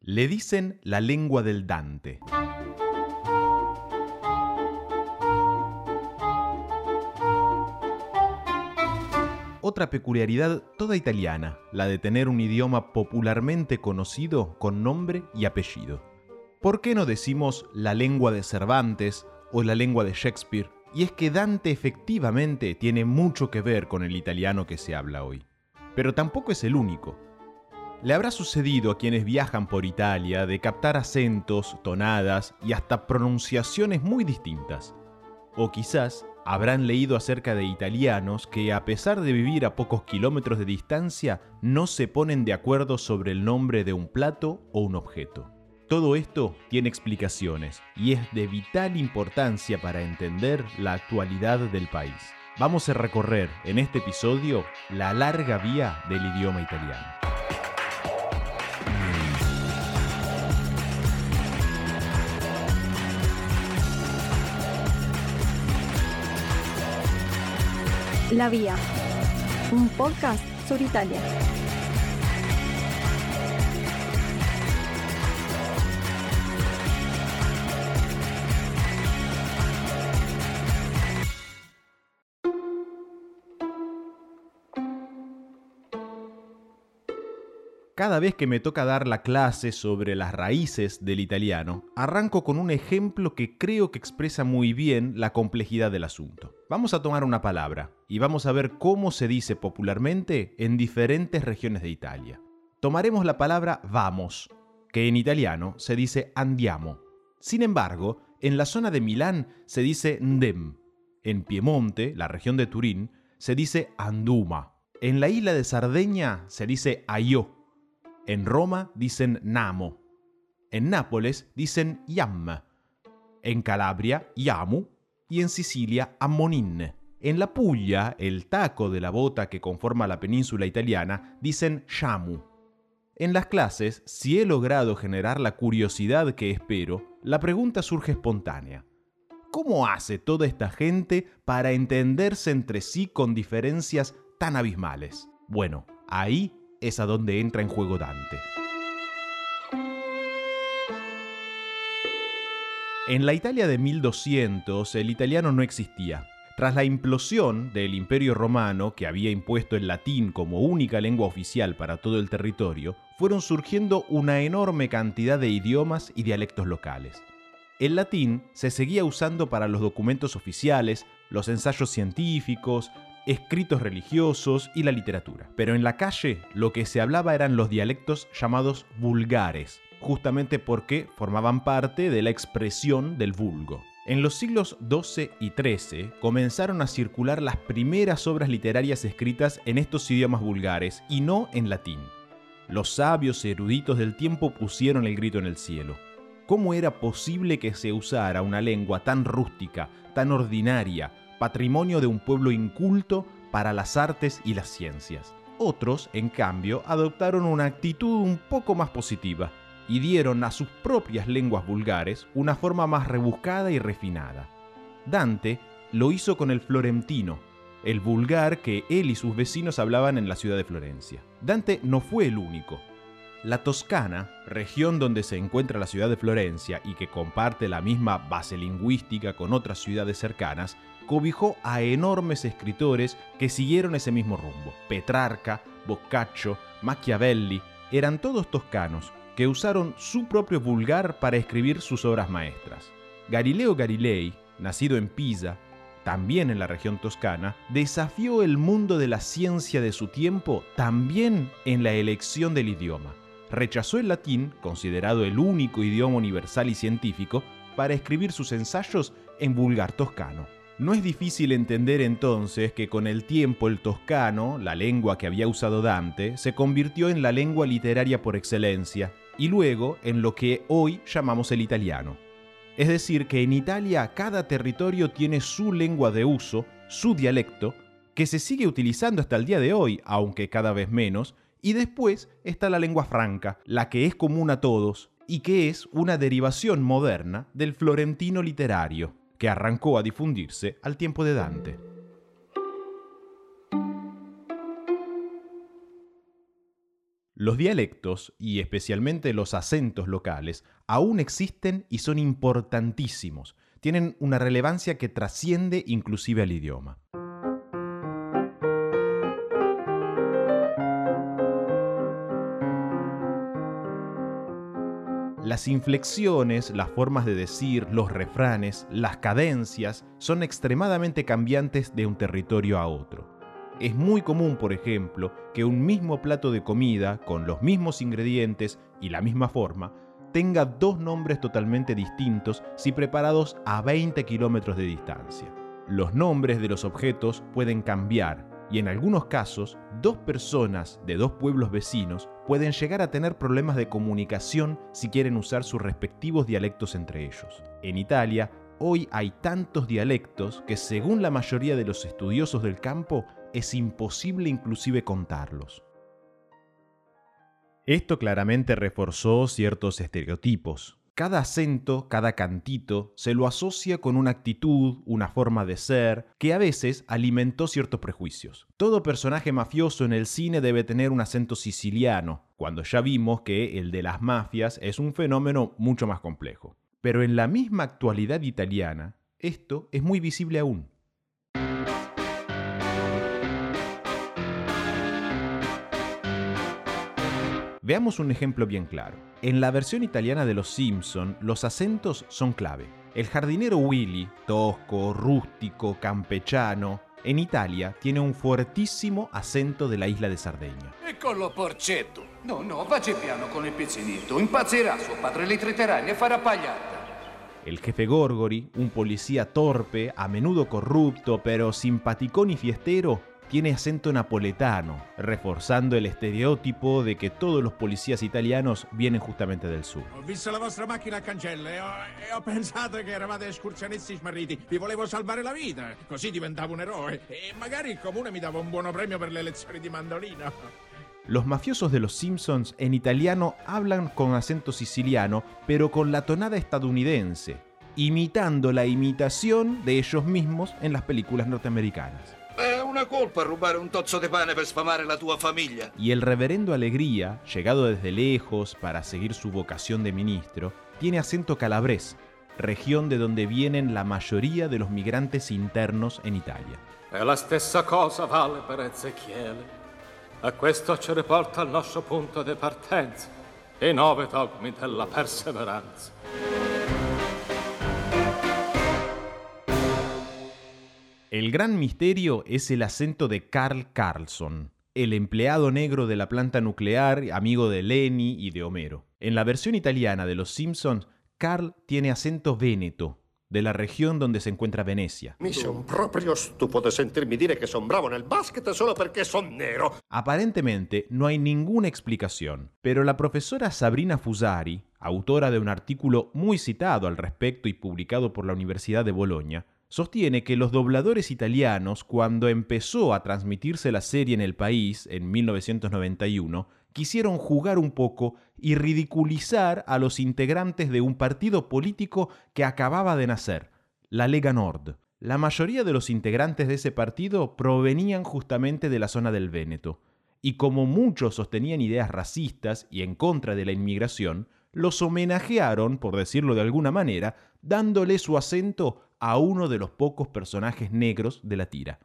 Le dicen la lengua del Dante. Otra peculiaridad toda italiana, la de tener un idioma popularmente conocido con nombre y apellido. ¿Por qué no decimos la lengua de Cervantes o la lengua de Shakespeare? Y es que Dante efectivamente tiene mucho que ver con el italiano que se habla hoy. Pero tampoco es el único. Le habrá sucedido a quienes viajan por Italia de captar acentos, tonadas y hasta pronunciaciones muy distintas. O quizás habrán leído acerca de italianos que, a pesar de vivir a pocos kilómetros de distancia, no se ponen de acuerdo sobre el nombre de un plato o un objeto. Todo esto tiene explicaciones y es de vital importancia para entender la actualidad del país. Vamos a recorrer en este episodio la larga vía del idioma italiano. La Vía, un podcast sobre Italia. Cada vez que me toca dar la clase sobre las raíces del italiano, arranco con un ejemplo que creo que expresa muy bien la complejidad del asunto. Vamos a tomar una palabra y vamos a ver cómo se dice popularmente en diferentes regiones de Italia. Tomaremos la palabra vamos, que en italiano se dice andiamo. Sin embargo, en la zona de Milán se dice ndem. En Piemonte, la región de Turín, se dice anduma. En la isla de Cerdeña se dice aiò. En Roma dicen namo. En Nápoles dicen iam. En Calabria iamu. Y en Sicilia ammonin. En la Puglia, el taco de la bota que conforma la península italiana, dicen sciamu. En las clases, si he logrado generar la curiosidad que espero, la pregunta surge espontánea. ¿Cómo hace toda esta gente para entenderse entre sí con diferencias tan abismales? Bueno, ahí es a donde entra en juego Dante. En la Italia de 1200, el italiano no existía. Tras la implosión del Imperio Romano, que había impuesto el latín como única lengua oficial para todo el territorio, fueron surgiendo una enorme cantidad de idiomas y dialectos locales. El latín se seguía usando para los documentos oficiales, los ensayos científicos, escritos religiosos y la literatura. Pero en la calle lo que se hablaba eran los dialectos llamados vulgares, justamente porque formaban parte de la expresión del vulgo. En los siglos XII y XIII comenzaron a circular las primeras obras literarias escritas en estos idiomas vulgares y no en latín. Los sabios eruditos del tiempo pusieron el grito en el cielo. ¿Cómo era posible que se usara una lengua tan rústica, tan ordinaria, patrimonio de un pueblo inculto para las artes y las ciencias? Otros, en cambio, adoptaron una actitud un poco más positiva y dieron a sus propias lenguas vulgares una forma más rebuscada y refinada. Dante lo hizo con el florentino, el vulgar que él y sus vecinos hablaban en la ciudad de Florencia. Dante no fue el único. La Toscana, región donde se encuentra la ciudad de Florencia y que comparte la misma base lingüística con otras ciudades cercanas, cobijó a enormes escritores que siguieron ese mismo rumbo. Petrarca, Boccaccio, Machiavelli, eran todos toscanos que usaron su propio vulgar para escribir sus obras maestras. Galileo Galilei, nacido en Pisa, también en la región toscana, desafió el mundo de la ciencia de su tiempo también en la elección del idioma. Rechazó el latín, considerado el único idioma universal y científico, para escribir sus ensayos en vulgar toscano. No es difícil entender entonces que con el tiempo el toscano, la lengua que había usado Dante, se convirtió en la lengua literaria por excelencia y luego en lo que hoy llamamos el italiano. Es decir, que en Italia cada territorio tiene su lengua de uso, su dialecto, que se sigue utilizando hasta el día de hoy, aunque cada vez menos, y después está la lengua franca, la que es común a todos y que es una derivación moderna del florentino literario, que arrancó a difundirse al tiempo de Dante. Los dialectos, y especialmente los acentos locales, aún existen y son importantísimos. Tienen una relevancia que trasciende inclusive al idioma. Las inflexiones, las formas de decir, los refranes, las cadencias son extremadamente cambiantes de un territorio a otro. Es muy común, por ejemplo, que un mismo plato de comida, con los mismos ingredientes y la misma forma, tenga dos nombres totalmente distintos si preparados a 20 kilómetros de distancia. Los nombres de los objetos pueden cambiar y en algunos casos, dos personas de dos pueblos vecinos pueden llegar a tener problemas de comunicación si quieren usar sus respectivos dialectos entre ellos. En Italia, hoy hay tantos dialectos que, según la mayoría de los estudiosos del campo, es imposible inclusive contarlos. Esto claramente reforzó ciertos estereotipos. Cada acento, cada cantito, se lo asocia con una actitud, una forma de ser, que a veces alimentó ciertos prejuicios. Todo personaje mafioso en el cine debe tener un acento siciliano, cuando ya vimos que el de las mafias es un fenómeno mucho más complejo. Pero en la misma actualidad italiana, esto es muy visible aún. Veamos un ejemplo bien claro. En la versión italiana de Los Simpson, los acentos son clave. El jardinero Willy, tosco, rústico, campechano, en Italia tiene un fuertísimo acento de la isla de Sardegna. E con lo porcetto. No, vacci piano con il pizzinetto. Impazzirà suo padre, le triterà e ne farà pagliata. El jefe Gorgori, un policía torpe, a menudo corrupto, pero simpaticón y fiestero, tiene acento napoletano, reforzando el estereotipo de que todos los policías italianos vienen justamente del sur. Ho visto la vostra macchina a cancelle e ho pensato che eravate escursionisti smarriti. Vi volevo salvare la vita, così diventavo un eroe. E magari il comune mi dava un buono premio per le lezioni di mandolino. Los mafiosos de Los Simpsons en italiano hablan con acento siciliano, pero con la tonada estadounidense, imitando la imitación de ellos mismos en las películas norteamericanas. È una colpa rubare un tozzo di pane per sfamare la tua famiglia. Y el reverendo Alegría, llegado desde lejos para seguir su vocación de ministro, tiene acento calabrés, región de donde vienen la mayoría de los migrantes internos en Italia. E la stessa cosa vale per Ezechiele. A questo ci riporta al nostro punto di partenza, i 9 dogmi della perseveranza. El gran misterio es el acento de Carl Carlson, el empleado negro de la planta nuclear, amigo de Lenny y de Homero. En la versión italiana de Los Simpsons, Carl tiene acento veneto, de la región donde se encuentra Venecia. Mi son proprio stufo di sentirmi dire che son bravo nel basket solo perché son nero. Aparentemente no hay ninguna explicación, pero la profesora Sabrina Fusari, autora de un artículo muy citado al respecto y publicado por la Universidad de Bolonia, sostiene que los dobladores italianos, cuando empezó a transmitirse la serie en el país en 1991, quisieron jugar un poco y ridiculizar a los integrantes de un partido político que acababa de nacer, la Lega Nord. La mayoría de los integrantes de ese partido provenían justamente de la zona del Véneto, y como muchos sostenían ideas racistas y en contra de la inmigración, los homenajearon, por decirlo de alguna manera, dándole su acento a uno de los pocos personajes negros de la tira.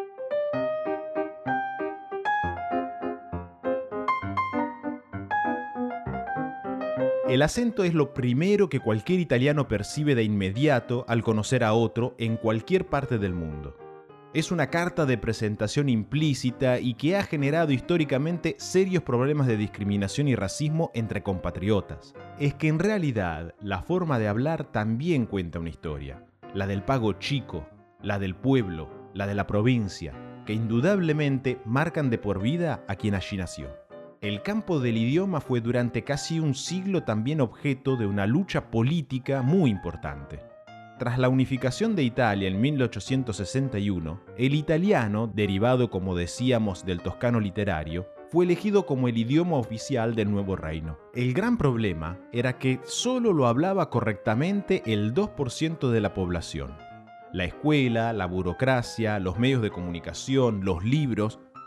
El acento es lo primero que cualquier italiano percibe de inmediato al conocer a otro en cualquier parte del mundo. Es una carta de presentación implícita y que ha generado históricamente serios problemas de discriminación y racismo entre compatriotas. Es que en realidad la forma de hablar también cuenta una historia, la del pago chico, la del pueblo, la de la provincia, que indudablemente marcan de por vida a quien allí nació. El campo del idioma fue durante casi un siglo también objeto de una lucha política muy importante. Tras la unificación de Italia en 1861, el italiano, derivado como decíamos del toscano literario, fue elegido como el idioma oficial del nuevo reino. El gran problema era que solo lo hablaba correctamente el 2% de la población. La escuela, la burocracia, los medios de comunicación, los libros,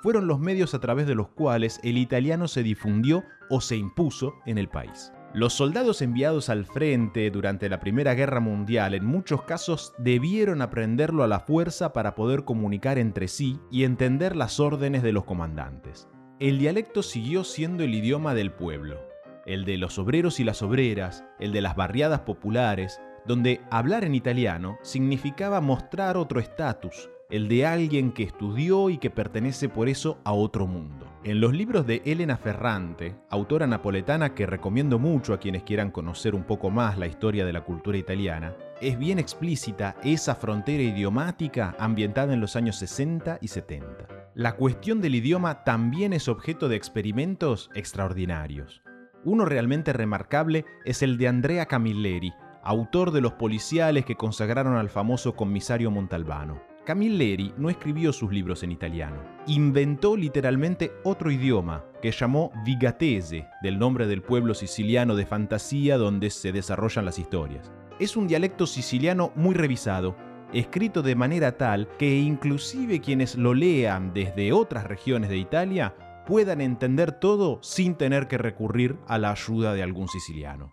fueron los medios a través de los cuales el italiano se difundió o se impuso en el país. Los soldados enviados al frente durante la Primera Guerra Mundial en muchos casos debieron aprenderlo a la fuerza para poder comunicar entre sí y entender las órdenes de los comandantes. El dialecto siguió siendo el idioma del pueblo, el de los obreros y las obreras, el de las barriadas populares, donde hablar en italiano significaba mostrar otro estatus, el de alguien que estudió y que pertenece por eso a otro mundo. En los libros de Elena Ferrante, autora napoletana que recomiendo mucho a quienes quieran conocer un poco más la historia de la cultura italiana, es bien explícita esa frontera idiomática ambientada en los años 60 y 70. La cuestión del idioma también es objeto de experimentos extraordinarios. Uno realmente remarcable es el de Andrea Camilleri, autor de los policiales que consagraron al famoso commisario Montalbano. Camilleri no escribió sus libros en italiano. Inventó literalmente otro idioma que llamó Vigatese, del nombre del pueblo siciliano de fantasía donde se desarrollan las historias. Es un dialecto siciliano muy revisado, escrito de manera tal que inclusive quienes lo lean desde otras regiones de Italia puedan entender todo sin tener que recurrir a la ayuda de algún siciliano.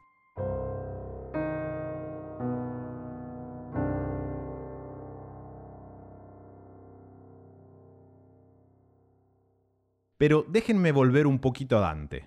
Pero déjenme volver un poquito a Dante.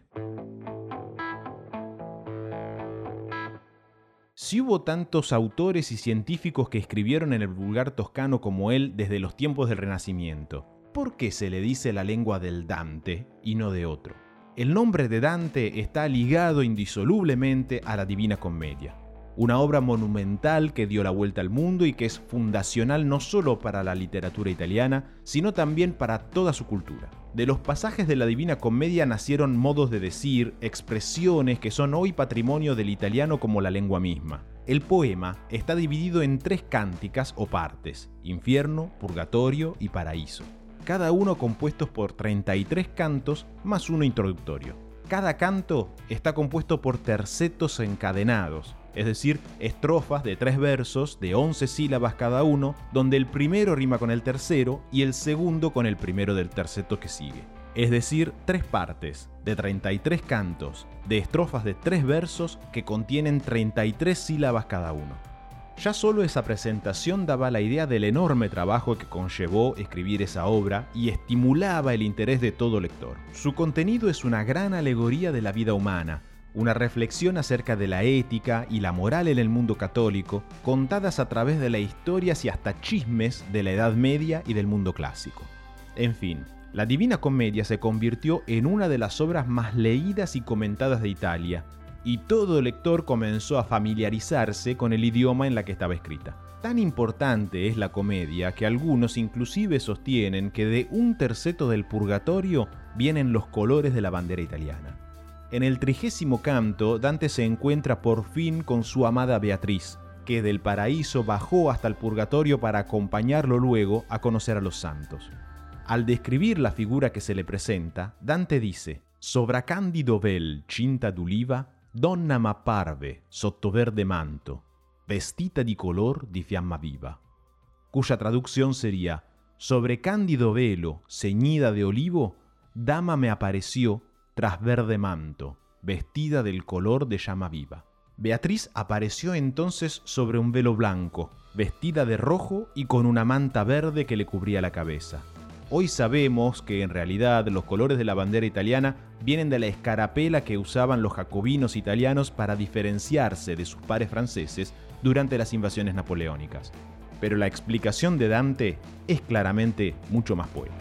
Si hubo tantos autores y científicos que escribieron en el vulgar toscano como él desde los tiempos del Renacimiento, ¿por qué se le dice la lengua del Dante y no de otro? El nombre de Dante está ligado indisolublemente a la Divina Commedia, una obra monumental que dio la vuelta al mundo y que es fundacional no solo para la literatura italiana, sino también para toda su cultura. De los pasajes de la Divina Commedia nacieron modos de decir, expresiones que son hoy patrimonio del italiano como la lengua misma. El poema está dividido en 3 cánticas o partes: infierno, purgatorio y paraíso. Cada uno compuestos por 33 cantos más uno introductorio. Cada canto está compuesto por tercetos encadenados, es decir, estrofas de 3 versos de 11 sílabas cada uno, donde el primero rima con el tercero y el segundo con el primero del terceto que sigue. Es decir, 3 partes de 33 cantos, de estrofas de 3 versos que contienen 33 sílabas cada uno. Ya solo esa presentación daba la idea del enorme trabajo que conllevó escribir esa obra y estimulaba el interés de todo lector. Su contenido es una gran alegoría de la vida humana, una reflexión acerca de la ética y la moral en el mundo católico, contadas a través de las historias y hasta chismes de la Edad Media y del mundo clásico. En fin, la Divina Commedia se convirtió en una de las obras más leídas y comentadas de Italia, y todo lector comenzó a familiarizarse con el idioma en la que estaba escrita. Tan importante es la comedia que algunos inclusive sostienen que de un terceto del purgatorio vienen los colores de la bandera italiana. En el 30º canto, Dante se encuentra por fin con su amada Beatriz, que del paraíso bajó hasta el purgatorio para acompañarlo luego a conocer a los santos. Al describir la figura que se le presenta, Dante dice: «Sovra candido vel cinta d'uliva, donna m'apparve sotto verde manto, vestita di color di fiamma viva», cuya traducción sería: «Sobre cándido velo, ceñida de olivo, dama me apareció tras verde manto, vestida del color de llama viva». Beatriz apareció entonces sobre un velo blanco, vestida de rojo y con una manta verde que le cubría la cabeza. Hoy sabemos que en realidad los colores de la bandera italiana vienen de la escarapela que usaban los jacobinos italianos para diferenciarse de sus pares franceses durante las invasiones napoleónicas. Pero la explicación de Dante es claramente mucho más poética.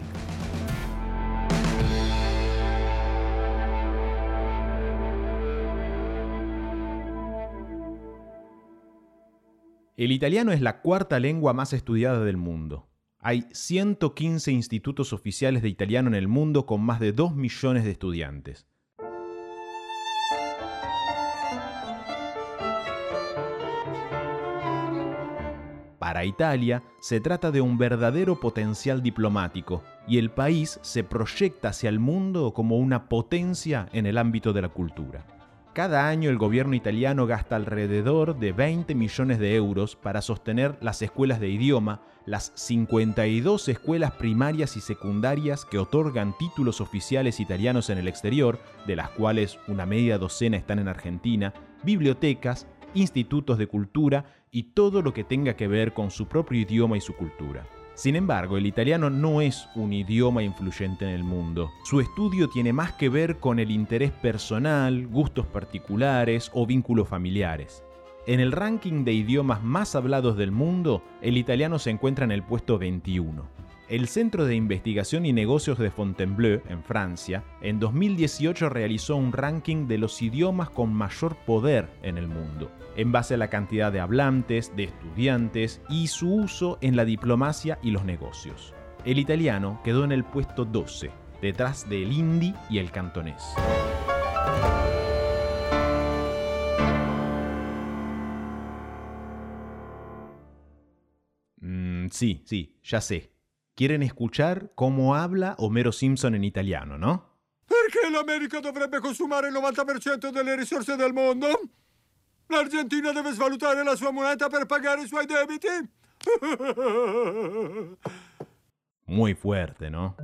El italiano es la 4ª lengua más estudiada del mundo. Hay 115 institutos oficiales de italiano en el mundo con más de 2 millones de estudiantes. Para Italia, se trata de un verdadero potencial diplomático y el país se proyecta hacia el mundo como una potencia en el ámbito de la cultura. Cada año el gobierno italiano gasta alrededor de 20 millones de euros para sostener las escuelas de idioma, las 52 escuelas primarias y secundarias que otorgan títulos oficiales italianos en el exterior, de las cuales una media docena están en Argentina, bibliotecas, institutos de cultura y todo lo que tenga que ver con su propio idioma y su cultura. Sin embargo, el italiano no es un idioma influyente en el mundo. Su estudio tiene más que ver con el interés personal, gustos particulares o vínculos familiares. En el ranking de idiomas más hablados del mundo, el italiano se encuentra en el puesto 21. El Centro de Investigación y Negocios de Fontainebleau, en Francia, en 2018 realizó un ranking de los idiomas con mayor poder en el mundo, en base a la cantidad de hablantes, de estudiantes y su uso en la diplomacia y los negocios. El italiano quedó en el puesto 12, detrás del hindi y el cantonés. Sí, ya sé. ¿Quieren escuchar cómo habla Homero Simpson en italiano, no? Perché l'America dovrebbe consumare il 90% delle risorse del mondo? L'Argentina deve svalutare la sua moneta per pagare i suoi debiti? Muy fuerte, ¿no?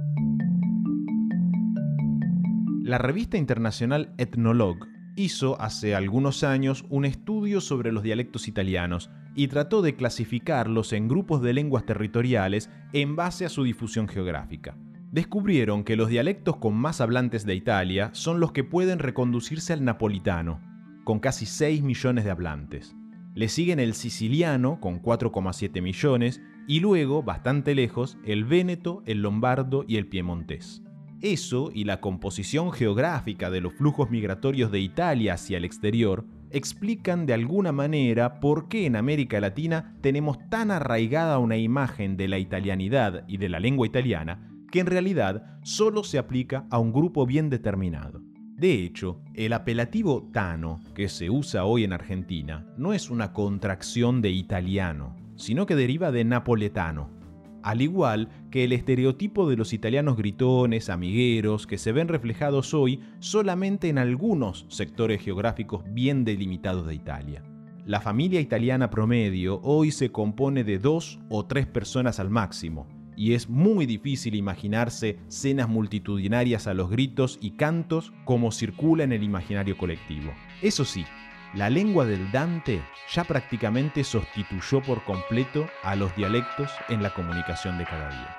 La revista internacional Ethnologue hizo hace algunos años un estudio sobre los dialectos italianos y trató de clasificarlos en grupos de lenguas territoriales en base a su difusión geográfica. Descubrieron que los dialectos con más hablantes de Italia son los que pueden reconducirse al napolitano, con casi 6 millones de hablantes. Le siguen el siciliano, con 4,7 millones, y luego, bastante lejos, el véneto, el lombardo y el piemontés. Eso y la composición geográfica de los flujos migratorios de Italia hacia el exterior explican de alguna manera por qué en América Latina tenemos tan arraigada una imagen de la italianidad y de la lengua italiana que en realidad solo se aplica a un grupo bien determinado. De hecho, el apelativo tano que se usa hoy en Argentina no es una contracción de italiano, sino que deriva de napoletano. Al igual que el estereotipo de los italianos gritones, amigueros, que se ven reflejados hoy solamente en algunos sectores geográficos bien delimitados de Italia. La familia italiana promedio hoy se compone de 2 o 3 personas al máximo, y es muy difícil imaginarse cenas multitudinarias a los gritos y cantos como circula en el imaginario colectivo. Eso sí, la lengua del Dante ya prácticamente sustituyó por completo a los dialectos en la comunicación de cada día.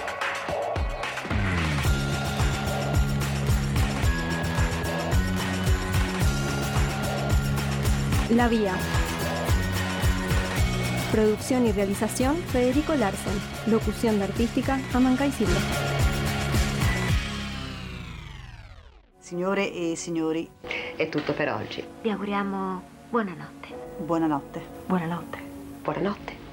La Vía. Producción y realización, Federico Larsen. Locución de artística, Amancay Silva. Signore e signori, è tutto per oggi. Vi auguriamo buonanotte. buonanotte. Buonanotte. Buonanotte.